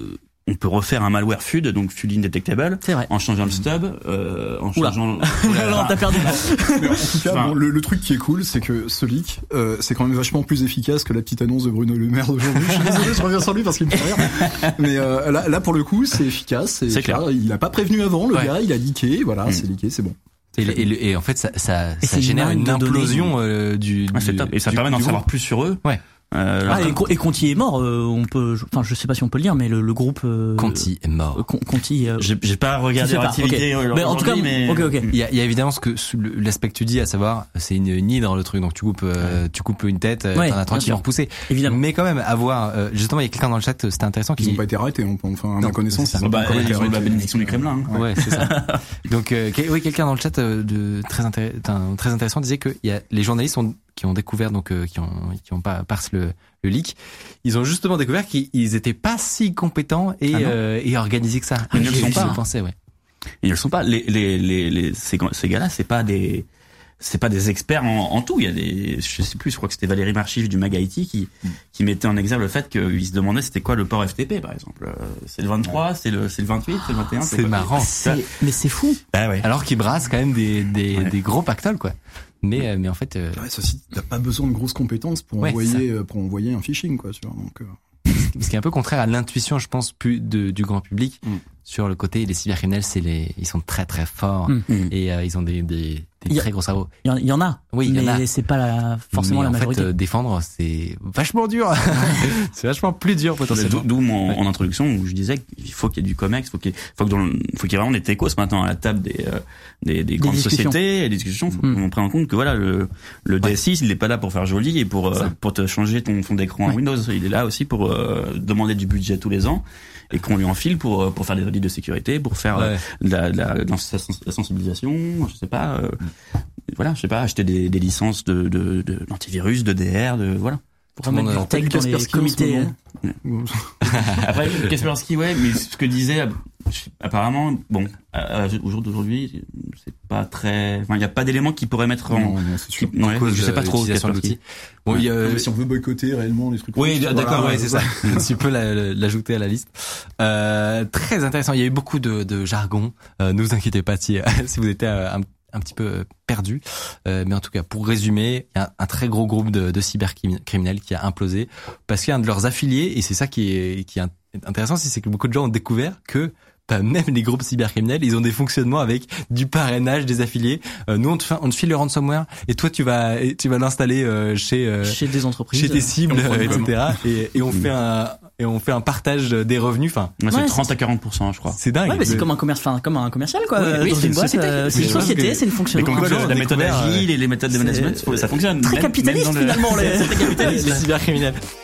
on peut refaire un malware F U D, donc F U D indetectable, C'est vrai. en changeant le stub, euh, en Oula. changeant... Non, t'as perdu. Mais en tout cas, Enfin, bon, le, le truc qui est cool, c'est que ce leak, euh, c'est quand même vachement plus efficace que la petite annonce de Bruno Le Maire d'aujourd'hui. Je suis désolé, je reviens sur lui parce qu'il me fait rire. Mais euh, là, là, pour le coup, c'est efficace. C'est, C'est clair. Il a pas prévenu avant, le Ouais. gars, il a leaké, voilà, Mm. c'est leaké, c'est bon. Et, le- et, le- et en fait, ça, ça, Et ça c'est génère une une manne de données. implosion euh, du, Ah, c'est du- top. Et ça du- permet d'en du savoir groupe. plus sur eux. Ouais. Euh, Ah, alors, et, Con- et Conti est mort. euh, on peut. je- Enfin, je sais pas si on peut le dire, mais le, le groupe. Euh, Conti est euh, mort. Con- Conti. euh, j'ai, j'ai pas regardé Tu sais leur pas, activité ok. euh, Mais en tout cas, aujourd'hui, mais... ok, ok. Il y a, il y a évidemment ce que sous le- l'aspect que tu dis, à savoir, c'est une, une hydre le truc, donc tu coupes, euh, tu coupes une tête, euh, Ouais, t'en as trois bien qui sûr. vont repousser. évidemment. Mais quand même, avoir, euh, justement, il y a quelqu'un dans le chat, c'était intéressant Ils qui. ont pas été arrêtés, hein, enfin, à Non, ma connaissance. c'est ça. ils ont Bah, pas encore été ils ont eu la arrêtés. bénédiction du Kremlin. Hein. Ouais, c'est ça. Donc, euh, quel- oui, quelqu'un dans le chat euh, de très, intér- enfin, très intéressant disait que il y a les journalistes ont, qui ont découvert, donc euh, qui ont qui ont pas parce le le leak, ils ont justement découvert qu'ils ils étaient pas si compétents et Ah non. euh, et organisés que ça. Ils ne le J'ai- sont je pas. pensais, ouais. Ils ne le sont pas. Les, les, les, les, ces, ces gars-là, c'est pas des, c'est pas des experts en, en tout. Il y a des, je sais plus, je crois que c'était Valérie Marchiv du Mag I T qui, qui mettait en exergue le fait qu'ils se demandaient c'était quoi le port F T P, par exemple. Euh, C'est le vingt-trois, c'est le, c'est le vingt-huit, c'est le vingt et un. C'est quoi. marrant. C'est- mais c'est fou. Ah ouais. Alors qu'ils brassent quand même des des, Ouais. des gros pactoles, quoi. Mais euh, mais en fait. euh, Ouais, ceci, t'as pas besoin de grosses compétences pour Ouais, envoyer, euh, pour envoyer un phishing, quoi, tu vois. Donc, euh, Ce qui est un peu contraire à l'intuition, je pense, plus de, du grand public Mm. sur le côté les cybercriminels, c'est les, ils sont très très forts Mm. Mm. et euh, ils ont des, des, des Il y a- très gros cerveaux. Il y en, il y en a. Oui, il y en mais a. c'est pas la, forcément Mais la en majorité. fait, euh, défendre, c'est vachement dur. c'est vachement plus dur D'où potentiellement. d'où mon Ouais. en introduction où je disais qu'il faut qu'il y ait du comex, faut qu'il y ait, faut que dans le- faut qu'il y ait vraiment des techos maintenant à la table des euh, des, des grandes discussions. sociétés et des discussions. Faut Mm. qu'on prenne en compte que voilà le le D S I il est pas là pour faire joli et pour euh, Ça. pour te changer ton fond d'écran à Ouais. Windows. Il est là aussi pour euh, demander du budget tous les ans et qu'on lui enfile pour euh, pour faire des audits de sécurité, pour faire euh, Ouais. de la, de la, de la sens- la sensibilisation, je sais pas. Euh, voilà, je sais pas, acheter des, des licences de de de- d'antivirus, de D R, de voilà. Pour remettre monde, du euh, tech dans les Kaspersky en ce comités. moment. Après, Kaspersky, ouais, mais ce que disait, apparemment, bon, à- à- au jour d'aujourd'hui, c'est pas très, enfin, il n'y a pas d'éléments qui pourraient mettre en, Non, non, c'est sûr. qui- ouais, Cause je sais pas de trop. l'utilisation de Kaspersky. l'outil. Bon, il y a, Non, mais si on veut boycotter réellement les trucs. Oui, comme ça, d'accord, voilà, ouais, c'est ça. Tu peux la- l'ajouter à la liste. Euh, très intéressant. Il y a eu beaucoup de, de jargon. Euh, ne vous inquiétez pas si, si vous étiez euh, un, un petit peu perdu. Euh, mais en tout cas, pour résumer, il y a un très gros groupe de, de cybercriminels qui a implosé parce qu'un de leurs affiliés, et c'est ça qui est, qui est intéressant, c'est que beaucoup de gens ont découvert que bah, même les groupes cybercriminels, ils ont des fonctionnements avec du parrainage des affiliés. Euh, nous, on te, fait, on te file le ransomware et toi, tu vas, tu vas l'installer euh, chez euh, chez des entreprises, chez tes cibles, euh, et cetera. Et, et on fait un et on fait un partage des revenus. Enfin, ouais, c'est ouais, trente à quarante pour cent, je crois. C'est dingue. Ouais, mais c'est comme un commerce, enfin, comme un commercial, quoi. Oui, oui, dans c'est une une boîte, société. euh, c'est Mais une je pense société, que- c'est une fonction. Mais comme quoi, gens ont la méthode découvert, agile et les méthodes de c'est- management, ça fonctionne. Très Même- capitaliste même dans le- finalement les, les cybercriminels.